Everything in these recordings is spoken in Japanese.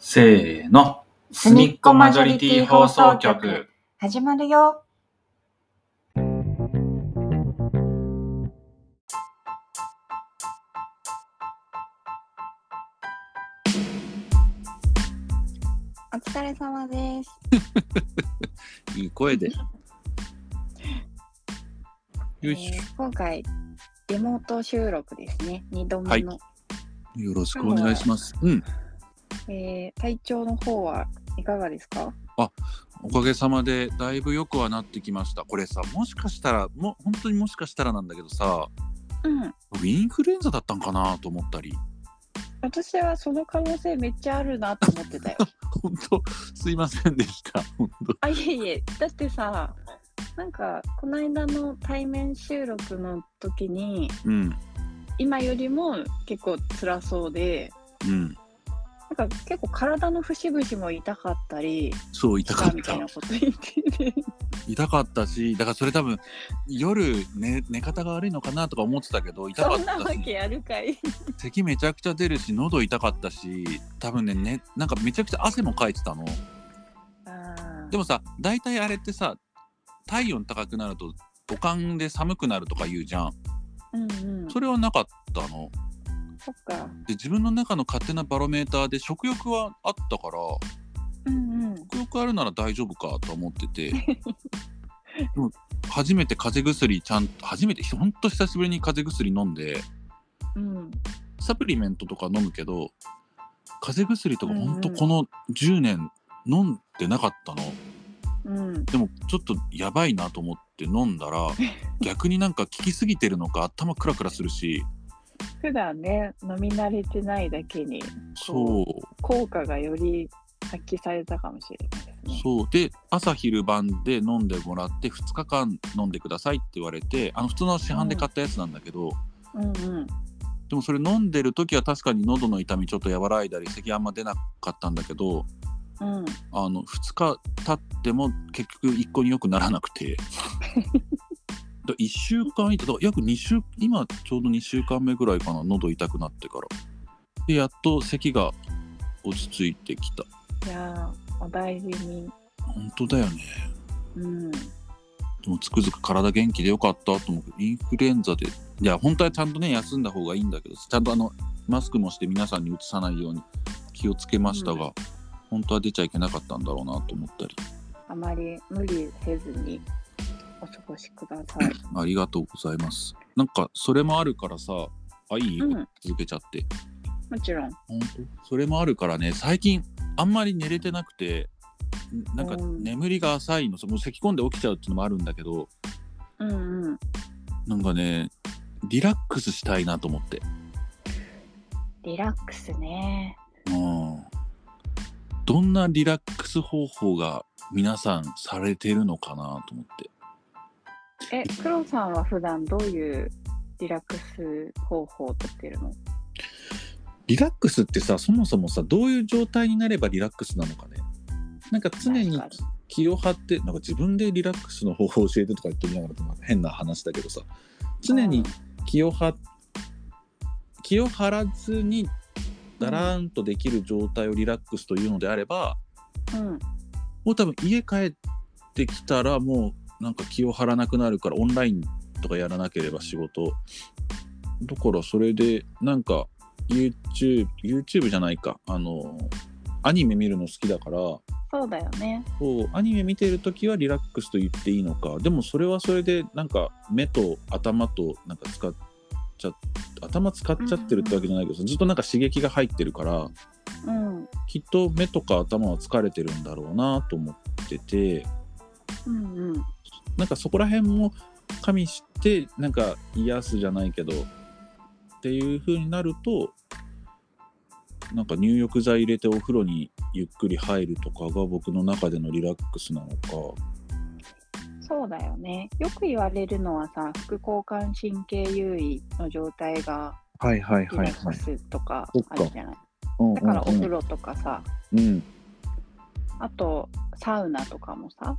せーの。すみっこマジョリティ放送局。 始まるよ。お疲れ様です。 いい声で。よいしょ。 今回リモート収録ですね。2度目の、 よろしくお願いします。 体調の方はいかがですか？ おかげさまでだいぶ良くはなってきました。これさ、もしかしたら本当にもしかしたらなんだけどさ、インフルエンザだったんかなと思ったり。 私はその可能性めっちゃあるなと思ってたよ。 本当すいませんでした。本当。 いえだってさ、なんかこの間の対面収録の時に、今よりも結構辛そうで、なんか結構体の節々も痛かったり、 そう痛かったみたいなこと言ってて痛かったし、だからそれ多分夜、寝方が悪いのかなとか思ってたけど、痛かったし、 そんなわけあるかい。 咳めちゃくちゃ出るし、喉痛かったし、多分ね、なんかめちゃくちゃ汗もかいてたの。でもさ、大体あれってさ、体温高くなると五感で寒くなるとか言うじゃん。それはなかったの。 そっか。 で、自分の中の勝手なバロメーターで食欲はあったから、食欲あるなら大丈夫かと思っててでも初めて風邪薬ほんと久しぶりに風邪薬飲んで、サプリメントとか飲むけど、風邪薬とかほんとこの10年飲んでなかったの。でもちょっとやばいなと思って飲んだら逆になんか効きすぎてるのか頭クラクラするし、 普段ね飲み慣れてないだけにそう効果がより発揮されたかもしれないですね。 そうで、朝昼晩で飲んでもらって2日間飲んでくださいって言われて、普通の市販で買ったやつなんだけど、でもそれ飲んでる時は確かに喉の痛みちょっと和らいだり咳あんま出なかったんだけど、2日経っても結局一向に良くならなくて1週間以上、今ちょうど2週間目ぐらいかな、喉痛くなってからでやっと咳が落ち着いてきた。 いやお大事に。 本当だよね。でもつくづく体元気でよかったと思う。インフルエンザで、いや本当はちゃんとね休んだ方がいいんだけど、ちゃんとマスクもして皆さんにうつさないように気をつけましたが、本当は出ちゃいけなかったんだろうなと思ったり。 あまり無理せずにお過ごしください。 ありがとうございます。なんかそれもあるからさ、続けちゃって。 もちろん。 本当それもあるからね、最近あんまり寝れてなくて、なんか眠りが浅いの。もう咳込んで起きちゃうっていうのもあるんだけど、なんかねリラックスしたいなと思って。 リラックスね。 どんなリラックス方法が皆さんされてるのかなと思って。 黒さんは普段どういうリラックス方法をとってるの？ リラックスってさ、そもそもさ、どういう状態になればリラックスなのかね。なんか常に気を張って、なんか自分でリラックスの方法を教えてとか言ってみながら変な話だけどさ、常に気を張らずにだらーんとできる状態をリラックスというのであれば、もう多分家帰ってきたらもうなんか気を張らなくなるから、オンラインとかやらなければ仕事だから、それでなんかYouTube じゃないか、アニメ見るの好きだから。 そうだよね。 そう、アニメ見てるときはリラックスと言っていいのか。でもそれはそれでなんか目と頭となんか頭使っちゃってるってわけじゃないけど、ずっとなんか刺激が入ってるから、きっと目とか頭は疲れてるんだろうなと思ってて、なんかそこら辺も加味してなんか癒すじゃないけどっていう風になると、なんか入浴剤入れてお風呂にゆっくり入るとかが僕の中でのリラックスなのか。 そうだよね。よく言われるのはさ、副交感神経優位の状態がリラックスとかあるじゃない。だからお風呂とかさ、あとサウナとかもさ、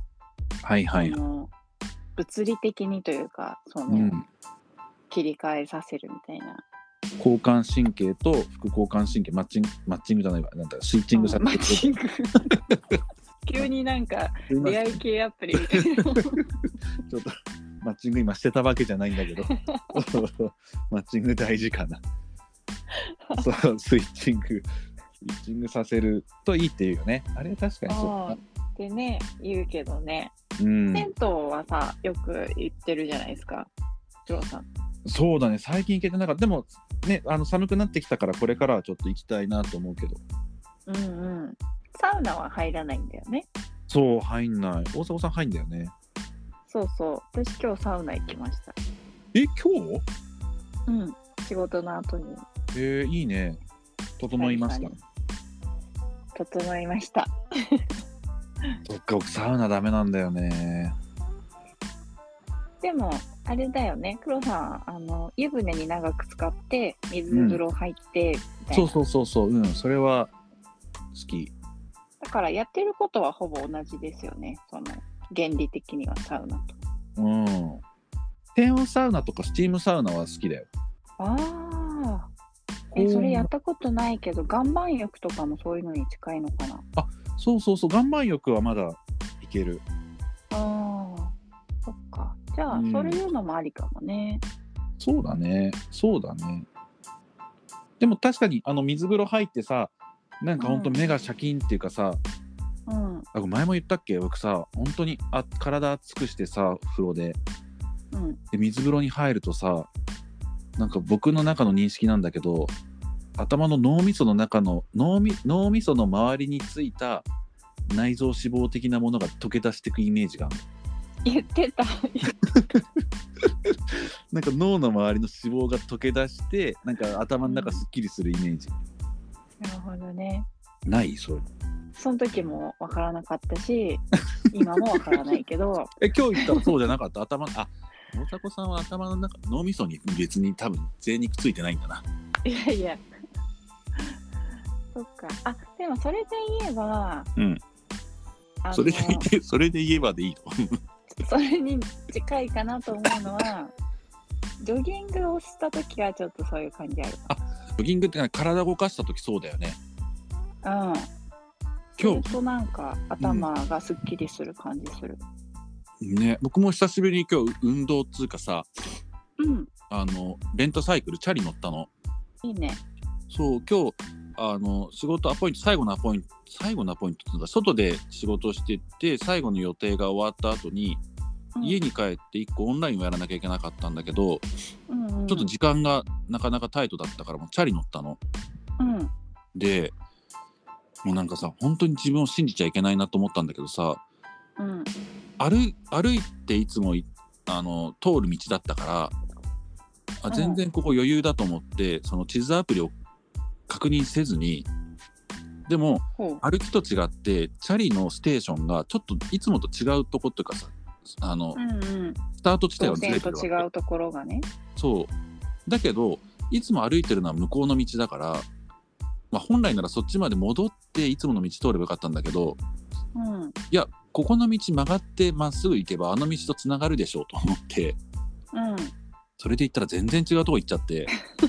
物理的にというか切り替えさせるみたいな交感神経と副交感神経マッチングじゃないわ、なんだスイッチングされてる、 マッチング急になんか出会い系アプリみたいなちょっとマッチング今してたわけじゃないんだけどマッチング大事かなそうスイッチングさせるといいっていうよね。あれ確かにそうってね言うけどね、銭湯はさよく言ってるじゃないですか、ジョーさん。 そうだね、最近行けてなかった。でもね、寒くなってきたからこれからはちょっと行きたいなと思うけど。 サウナは入らないんだよね。 そう、入んない。大迫さん入んだよね。 そうそう、私今日サウナ行きました。 今日？ 仕事の後に。 いいね。整いました。 整いました。 そっか、僕サウナダメなんだよね。 でもあれだよね、黒さん、湯船に長く使って水風呂入ってみたいな、 そう、それは好き。 だからやってることはほぼ同じですよね、その原理的にはサウナと。 低温サウナとかスチームサウナは好きだよ。 それやったことないけど、岩盤浴とかもそういうのに近いのかな。 そう、岩盤浴はまだいける。 そっか、じゃあ、そういうのもありかもね。 そうだね。でも確かに水風呂入ってさ、なんかほんと目がシャキンっていうかさ、前も言ったっけ、僕さ本当に体熱くしてさ風呂で、で水風呂に入るとさ、なんか僕の中の認識なんだけど、頭の脳みその中の脳みその周りについた内臓脂肪的なものが溶け出していくイメージがある。 言ってたなんか脳の周りの脂肪が溶け出して、なんか頭の中すっきりするイメージ。 なるほどね。 ないそういうの。 その時も分からなかったし今も分からないけど今日言ったらそうじゃなかった。大迫さんは頭の中、脳みそに別に多分贅肉ついてないんだな。 いやそっか。でもそれで言えば、 それで言えばでいいのそれに近いかなと思うのはジョギングをした時はちょっとそういう感じある。 ジョギングって体動かした時そうだよね。 今日となんか頭がすっきりする感じする、 ね。僕も久しぶりに今日運動っつうかさ、レンタサイクルチャリ乗ったの。 いいね。 そう、今日仕事アポイント、最後のアポイントっていうのが、外で仕事をしてて、最後の予定が終わった後に、家に帰って1個オンラインをやらなきゃいけなかったんだけど、ちょっと時間がなかなかタイトだったから、もうチャリ乗ったの。でもうなんかさ、本当に自分を信じちゃいけないなと思ったんだけどさ、歩いていつも通る道だったから、全然ここ余裕だと思ってその地図アプリを確認せずに、でも歩きと違ってチャリのステーションがちょっといつもと違うとこっていうかさ、スタート地点はずれてるわけ。 違うところがね。 そうだけどいつも歩いてるのは向こうの道だから、本来ならそっちまで戻っていつもの道通ればよかったんだけど、いやここの道曲がってまっすぐ行けばあの道とつながるでしょうと思って、それで行ったら全然違うとこ行っちゃって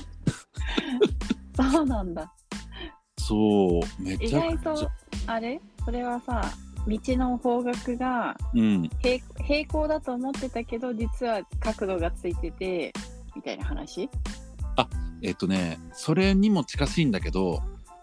そうなんだ。 そう、めちゃくちゃ。 意外とそれはさ、道の方角が平行だと思ってたけど実は角度がついててみたいな話？ それにも近しいんだけど、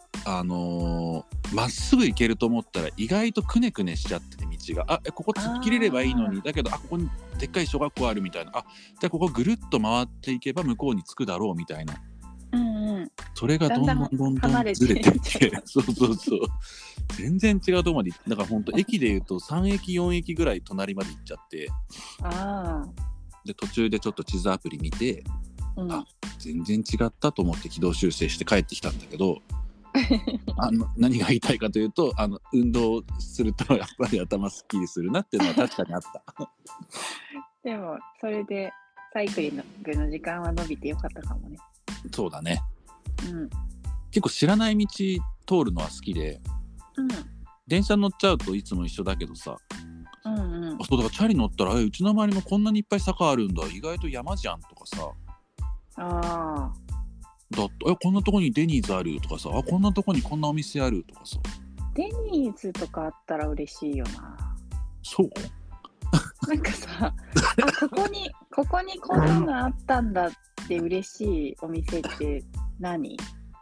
まっすぐ行けると思ったら意外とくねくねしちゃってて、道がここ突っ切れればいいのに、だけどここにでっかい小学校あるみたいな、じゃあここぐるっと回っていけば向こうに着くだろうみたいな、それがどんどんずれていってそう全然違うとこまで行って、だから本当駅でいうと3駅4駅ぐらい隣まで行っちゃって、で途中でちょっと地図アプリ見て、全然違ったと思って軌道修正して帰ってきたんだけど何が言いたいかというと、運動するとやっぱり頭すっきりするなっていうのは確かにあったでもそれでサイクリングの時間は伸びてよかったかもね。 そうだね、結構知らない道通るのは好きで、電車乗っちゃうといつも一緒だけどさ、そうだからチャリ乗ったらうちの周りもこんなにいっぱい坂あるんだ、意外と山じゃんとかさ、 だってこんなとこにデニーズあるとかさ、こんなとこにこんなお店あるとかさ。 デニーズとかあったら嬉しいよな。 そうなんかさ、ここにこんなのあったんだって嬉しいお店って何？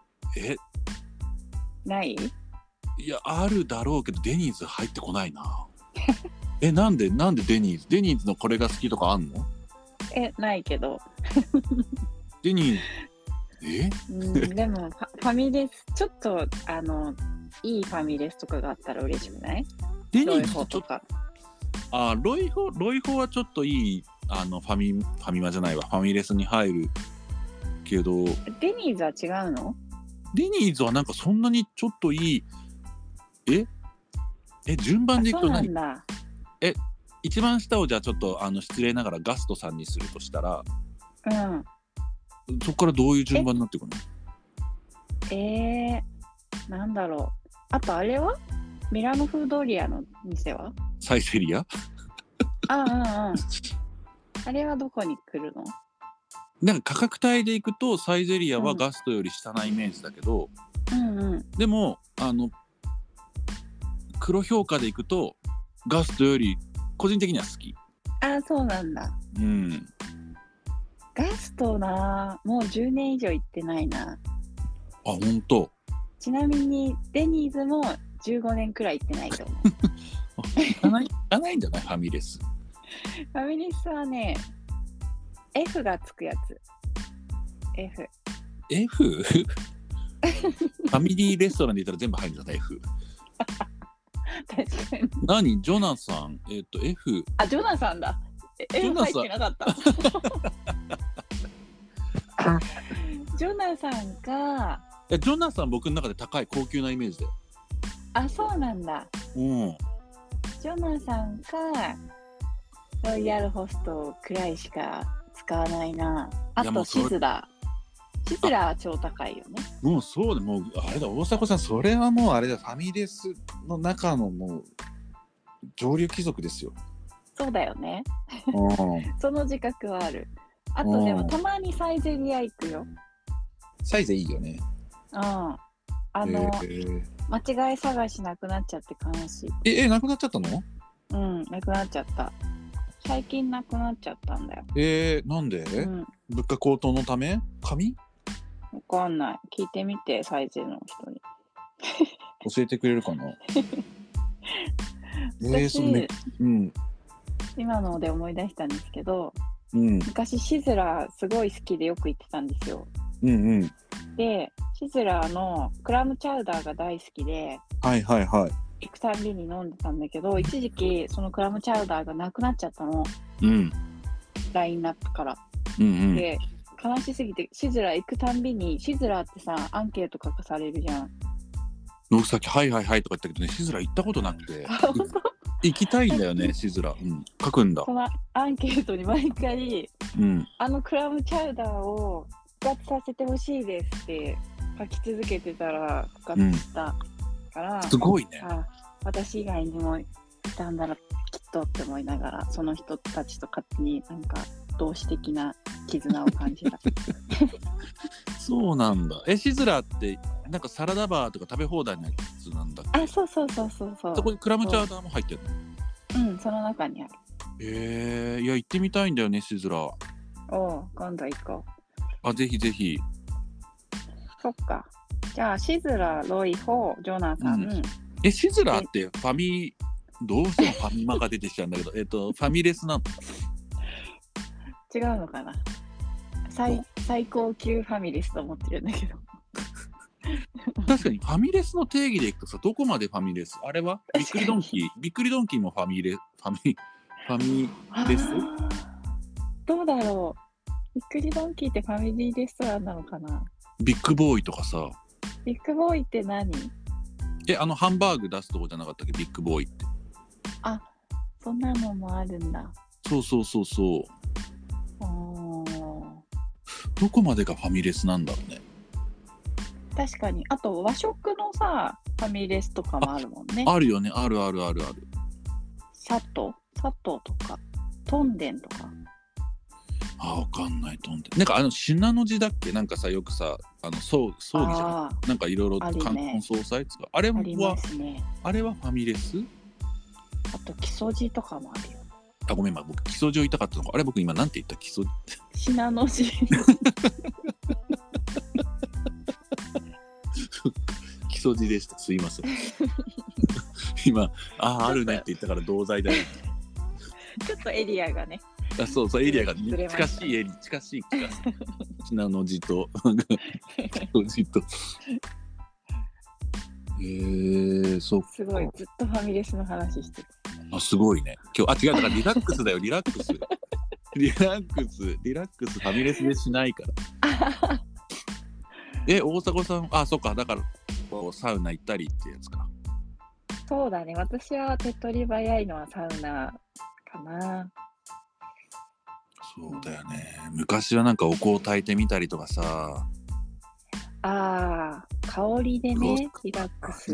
ない？ いや、あるだろうけどデニーズ入ってこないな。なんでデニーズのこれが好きとかあんの？ ないけど。 デニーズでもファミレスちょっといいファミレスとかがあったら嬉しくない？ デニーズとか。ロイホはちょっといいファミマじゃないわ、ファミレスに入るけど。 デニーズは違うの？ デニーズはなんかそんなにちょっといい。順番でいくと何？ そうなんだ。 一番下をじゃあちょっと失礼ながらガストさんにするとしたら、そこからどういう順番になっていくの？ なんだろう。あとあれはミラノ風ドリアの店はサイゼリア？ あれはどこに来るの？ なんか価格帯でいくとサイゼリアはガストより下なイメージだけど、でも黒評価でいくとガストより個人的には好き。 そうなんだ。ガストな、もう10年以上行ってないな。 ほんと？ ちなみにデニーズも15年くらい行ってないと思う。 行かないんじゃない？ファミレス。 ファミレスはね、F がつくやつ。F？ ファミリーレストランで言ったら全部入るんじゃない？ F。 確かに。 何？ジョナサン。F。 ジョナサンだ。F 入ってなかった。ジョナサンか。 ジョナサン僕の中で高い高級なイメージだよ。 そうなんだ。ジョナサンかロイヤルホストくらいしか使わないな。あとシズラは超高いよね。 もうそうで、もうあれだ、大迫さん、それはもうあれだ、ファミレスの中のもう上流貴族ですよ。 そうだよね。その自覚はある。あとでもたまにサイゼリア行くよ。 サイゼいいよね。 間違い探しなくなっちゃって悲しい。なくなっちゃったの？ なくなっちゃった。最近なくなっちゃったんだよ。 なんで？物価高騰のため？紙？ わかんない。聞いてみて、サイゼの人に。 教えてくれるかな？ 今ので思い出したんですけど、昔シズラすごい好きでよく行ってたんですよ。で、シズラのクラムチャウダーが大好きで、行くたんびに飲んでたんだけど、一時期そのクラムチャウダーがなくなっちゃったの。ラインナップから。で、悲しすぎてシズラ行くたんびに、シズラってさ、アンケート書かされるじゃん。 僕さっきとか言ったけどね、シズラ行ったことなくて行きたいんだよね。シズラ、書くんだ。 そのアンケートに毎回、クラムチャウダーを復活させてほしいですって書き続けてたら復活したから、 すごいね。 私以外にもいたんだらきっとって思いながら、その人たちと勝手になんか同志的な絆を感じた。 そうなんだ。シズラってなんかサラダバーとか食べ放題のやつなんだっけ？ そう。そこにクラムチャウダーも入ってるの？その中にある。 いや行ってみたいんだよね、シズラ。 今度行こう。ぜひぜひ。 そっか。じゃあシズラ、ロイホ、ジョナサン。 シズラってファミどうしてもファミマが出てきちゃうんだけど、ファミレスなの？ 違うのかな。最高級ファミレスと思ってるんだけど。 確かにファミレスの定義でいくとさ、どこまでファミレス？あれはびっくりドンキーもファミレス？ どうだろう。びっくりドンキーってファミリーレストランなのかな。 ビッグボーイとかさ。 ビッグボーイって何？ ハンバーグ出すとこじゃなかったっけ、ビッグボーイって。 そんなのもあるんだ。 そう。どこまでがファミレスなんだろうね。 確かに。あと和食のさ、ファミレスとかもあるもんね。 あるよね。ある。 佐藤とかトンデンとか。 わかんないと思って。なんか信濃路だっけ、なんかさよくさ葬儀じゃない、なんかいろいろ冠婚葬祭とかあれは、ね、あれはファミレス？ あと木曽路とかもあるよ。 あ、ごめん、今僕木曽路を言いたかったのか。あれ僕今なんて言った？木曽路信濃路木曽路でした。すいません今あるねって言ったから同罪だよちょっとエリアがね、 そうそう、エリアが近しい近しい気がする信濃路と木曽路とそうすごいずっとファミレスの話してる。 すごいね。今日違う、だからリラックスだよリラックスリラックスファミレスでしないから大迫さん、そっか、だからサウナ行ったりってやつか。 そうだね、私は手っ取り早いのはサウナかな。 そうだよね。昔はなんかお香を焚いてみたりとかさ、 香りでねリラックス、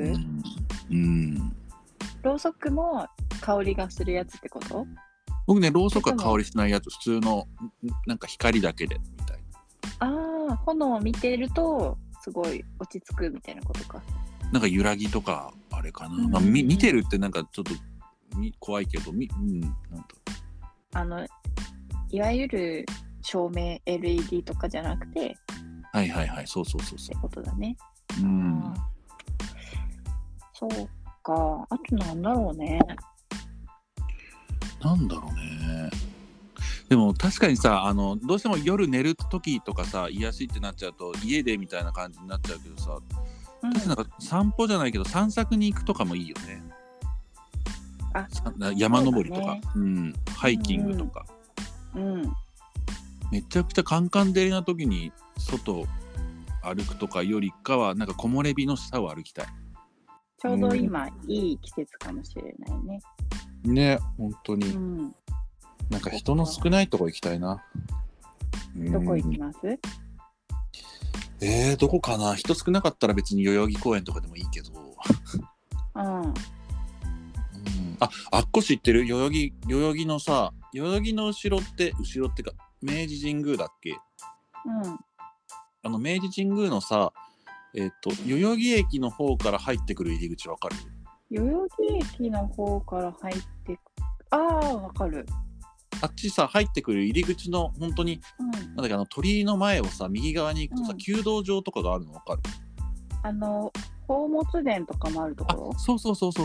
ろうそくも香りがするやつってこと？ 僕ね、ろうそくは香りしないやつ、普通のなんか光だけでみたいな。炎を見てるとすごい落ち着くみたいなことか。 なんか揺らぎとかあれかな、見てるってなんかちょっと怖いけど、なんといわゆる照明 LED とかじゃなくて、 はいはいはい、そうってことだね。そうか。あとなんだろうね。 でも確かにさ、どうしても夜寝る時とかさ、癒しってなっちゃうと家でみたいな感じになっちゃうけどさ、なんか散歩じゃないけど散策に行くとかもいいよね。山登りとか、ハイキングとか、めちゃくちゃカンカン照りな時に外歩くとかよりかは、なんか木漏れ日の下を歩きたい。 ちょうど今、いい季節かもしれないね。 ね、本当に、なんか人の少ないとこ行きたいな。 どこ行きます？ どこかな。人少なかったら別に代々木公園とかでもいいけどあっこ知ってる？代々木のさ、代々木の後ろってか明治神宮だっけ？明治神宮のさ、代々木駅の方から入ってくる入り口わかる？ 代々木駅の方から入ってわかる。 あっちさ、入ってくる入り口の本当に、なんだっけ、鳥居の前をさ、右側に行くとさ、弓道場とかがあるのわかる？ 宝物殿とかもあるところ？ そう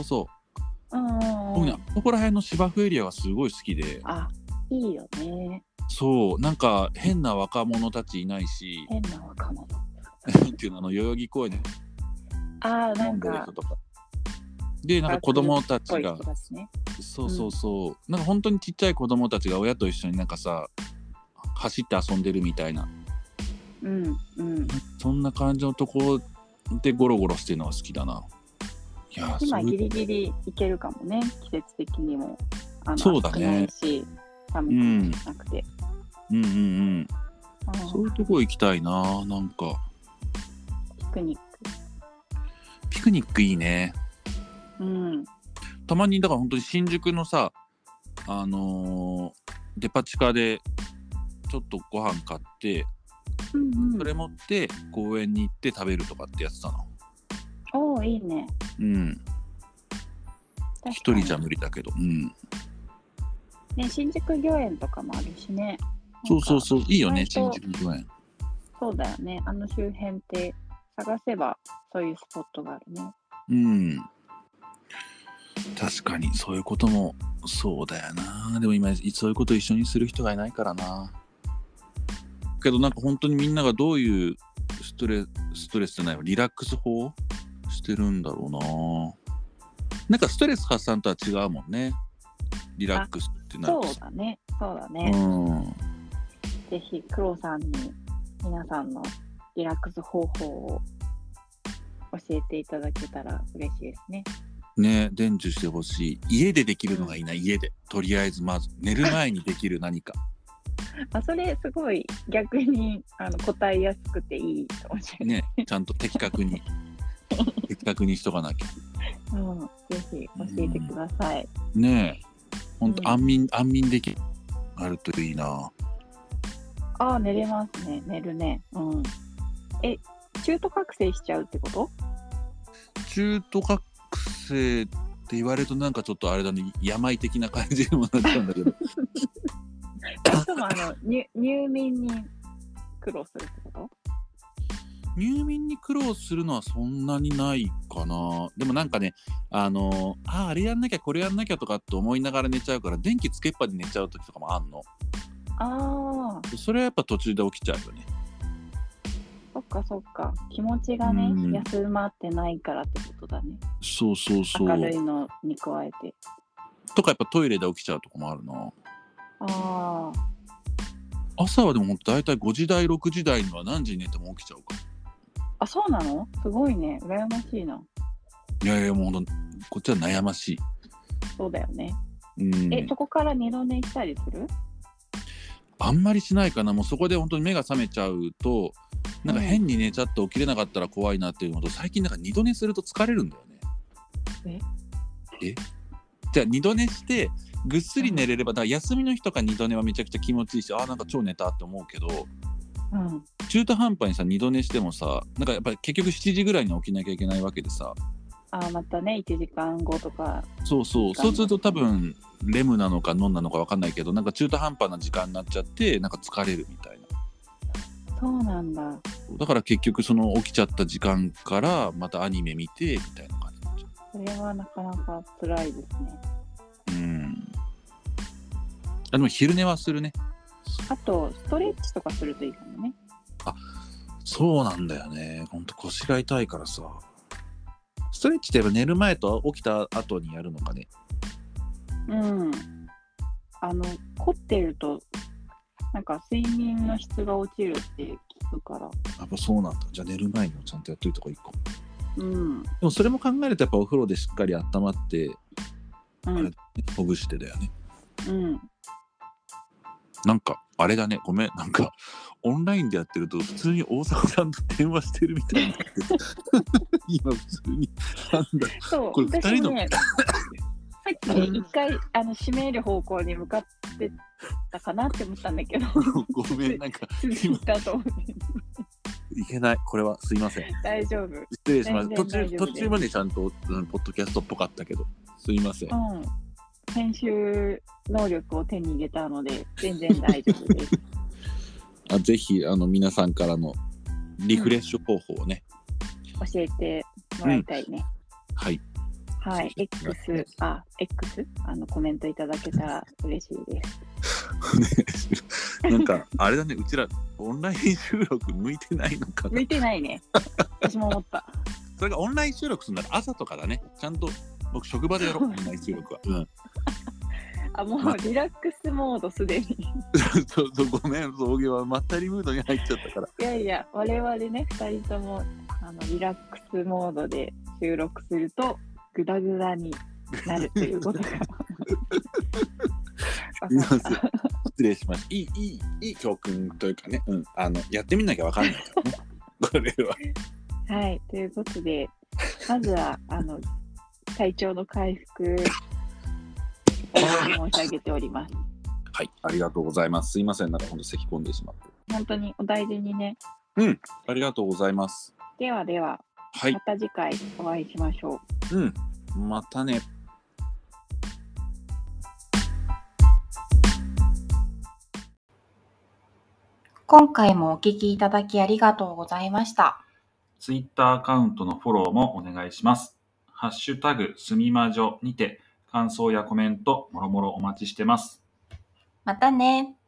僕ね、そこら辺の芝生エリアがすごい好きで。 いいよね。 そう、なんか変な若者たちいないし。 変な若者っていうの、代々木公園でなんかで、なんか子供たちが、なんか本当にちっちゃい子供たちが親と一緒になんかさ、走って遊んでるみたいな、そんな感じのところでゴロゴロしてるのが好きだな。 いや、今ギリギリいけるかもね、季節的にも。 そうだね。 暑くないし、寒くなくて。 そういうとこ行きたいな。なんかピクニックいいね。たまにだから本当に新宿のさ、デパ地下でちょっとご飯買って、それ持って公園に行って食べるとかってやつだな。 いいね。 一人じゃ無理だけど。 新宿御苑とかもあるしね。 そういいよね、新宿御苑。 そうだよね。周辺って探せばそういうスポットがあるね。 確かにそういうこともそうだよな。でも今そういうこと一緒にする人がいないからな。けどなんか本当にみんながどういうストレスじゃないわ、リラックス法してるんだろうな。なんかストレス発散とは違うもんね、リラックスってなると。 そうだね。ぜひ黒さんに皆さんのリラックス方法を教えていただけたら嬉しいですね。 伝授してほしい。家でできるのがいいな。家でとりあえずまず寝る前にできる何かそれすごい逆に答えやすくていいかもしれない。 ちゃんと的確にしとかなきゃ。 ぜひ教えてください。 本当安眠できるあるといいな。 ああ、寝れますね。寝るね。うん。中途覚醒しちゃうってこと？ 中途覚醒って言われるとなんかちょっとあれだね、病的な感じにもなっちゃうんだけど。 しかも入眠に苦労するってこと？ 入眠に苦労するのはそんなにないかな。でもなんかね、あれやんなきゃこれやんなきゃとかって思いながら寝ちゃうから、電気つけっぱで寝ちゃう時とかもあんの。 ああ。 それはやっぱ途中で起きちゃうよね。 そっかそっか。気持ちがね、休まってないからってことだね。 そうそうそう。 明るいのに加えて。 とかやっぱトイレで起きちゃうとこもあるな。 ああ。 朝はでもほんと大体5時台6時台には何時に寝ても起きちゃうか。 あ、そうなの？すごいね。羨ましいな。 いやいやもうほんとこっちは悩ましい。 そうだよね。そこから二度寝したりする？ あんまりしないかな。もうそこで本当に目が覚めちゃうとなんか変に寝ちゃって起きれなかったら怖いなっていうのと、最近なんか二度寝すると疲れるんだよね。じゃあ二度寝してぐっすり寝れれば、だから休みの日とか二度寝はめちゃくちゃ気持ちいいし、なんか超寝たって思うけど、中途半端にさ二度寝してもさ、なんかやっぱり結局7時ぐらいに起きなきゃいけないわけでさ。 またね、1時間後とか。 そうすると多分レムなのかノンなのか分かんないけど、なんか中途半端な時間になっちゃってなんか疲れるみたいな。 そうなんだ。 だから結局その起きちゃった時間からまたアニメ見てみたいな感じになっちゃう。 それはなかなか辛いですね。 でも昼寝はするね。 あとストレッチとかするといいかもね。 そうなんだよね。ほんと腰が痛いからさ。ストレッチってやっぱ寝る前と起きた後にやるのかね。 凝ってるとなんか睡眠の質が落ちるって聞くから。 やっぱそうなんだ。じゃあ寝る前にもちゃんとやっといた方がいいかも。 でもそれも考えるとやっぱお風呂でしっかり温まって、あれほぐしてだよね。なんかあれだね、ごめん、なんかオンラインでやってると普通に大阪さんと電話してるみたいになって今普通になんだそうこれ2人の、 ね、さっきね一回閉める方向に向かってたかなって思ったんだけどごめん、なんか続いたと思っていけない、これはすいません。 大丈夫、 失礼します。途中までちゃんと、ポッドキャストっぽかったけどすいません。 編集能力を手に入れたので全然大丈夫ですぜひ皆さんからのリフレッシュ方法をね、 教えてもらいたいね。 はい。 X コメントいただけたら嬉しいですなんかあれだね、うちらオンライン収録向いてないのかな。 向いてないね。私も思った。 それがオンライン収録するなら朝とかだね。ちゃんと僕職場でやろう、オンライン収録は。 もうリラックスモードすでにそうごめん、送迎はまったりムードに入っちゃったから。 いや我々ね2人ともリラックスモードで収録するとグダグダになるということが失礼しました。いい教訓というかね、やってみなきゃわかんないからねこれは。 はい、ということでまずは体調の回復を申し上げております。 はい、ありがとうございます。すいません、なんか本当咳込んでしまって。 本当にお大事にね。 ありがとうございます。 では、はい、また次回お会いしましょう。またね。 今回もお聞きいただきありがとうございました。 Twitter アカウントのフォローもお願いします。ハッシュタグすみまじょにて感想やコメントもろもろお待ちしてます。 またね。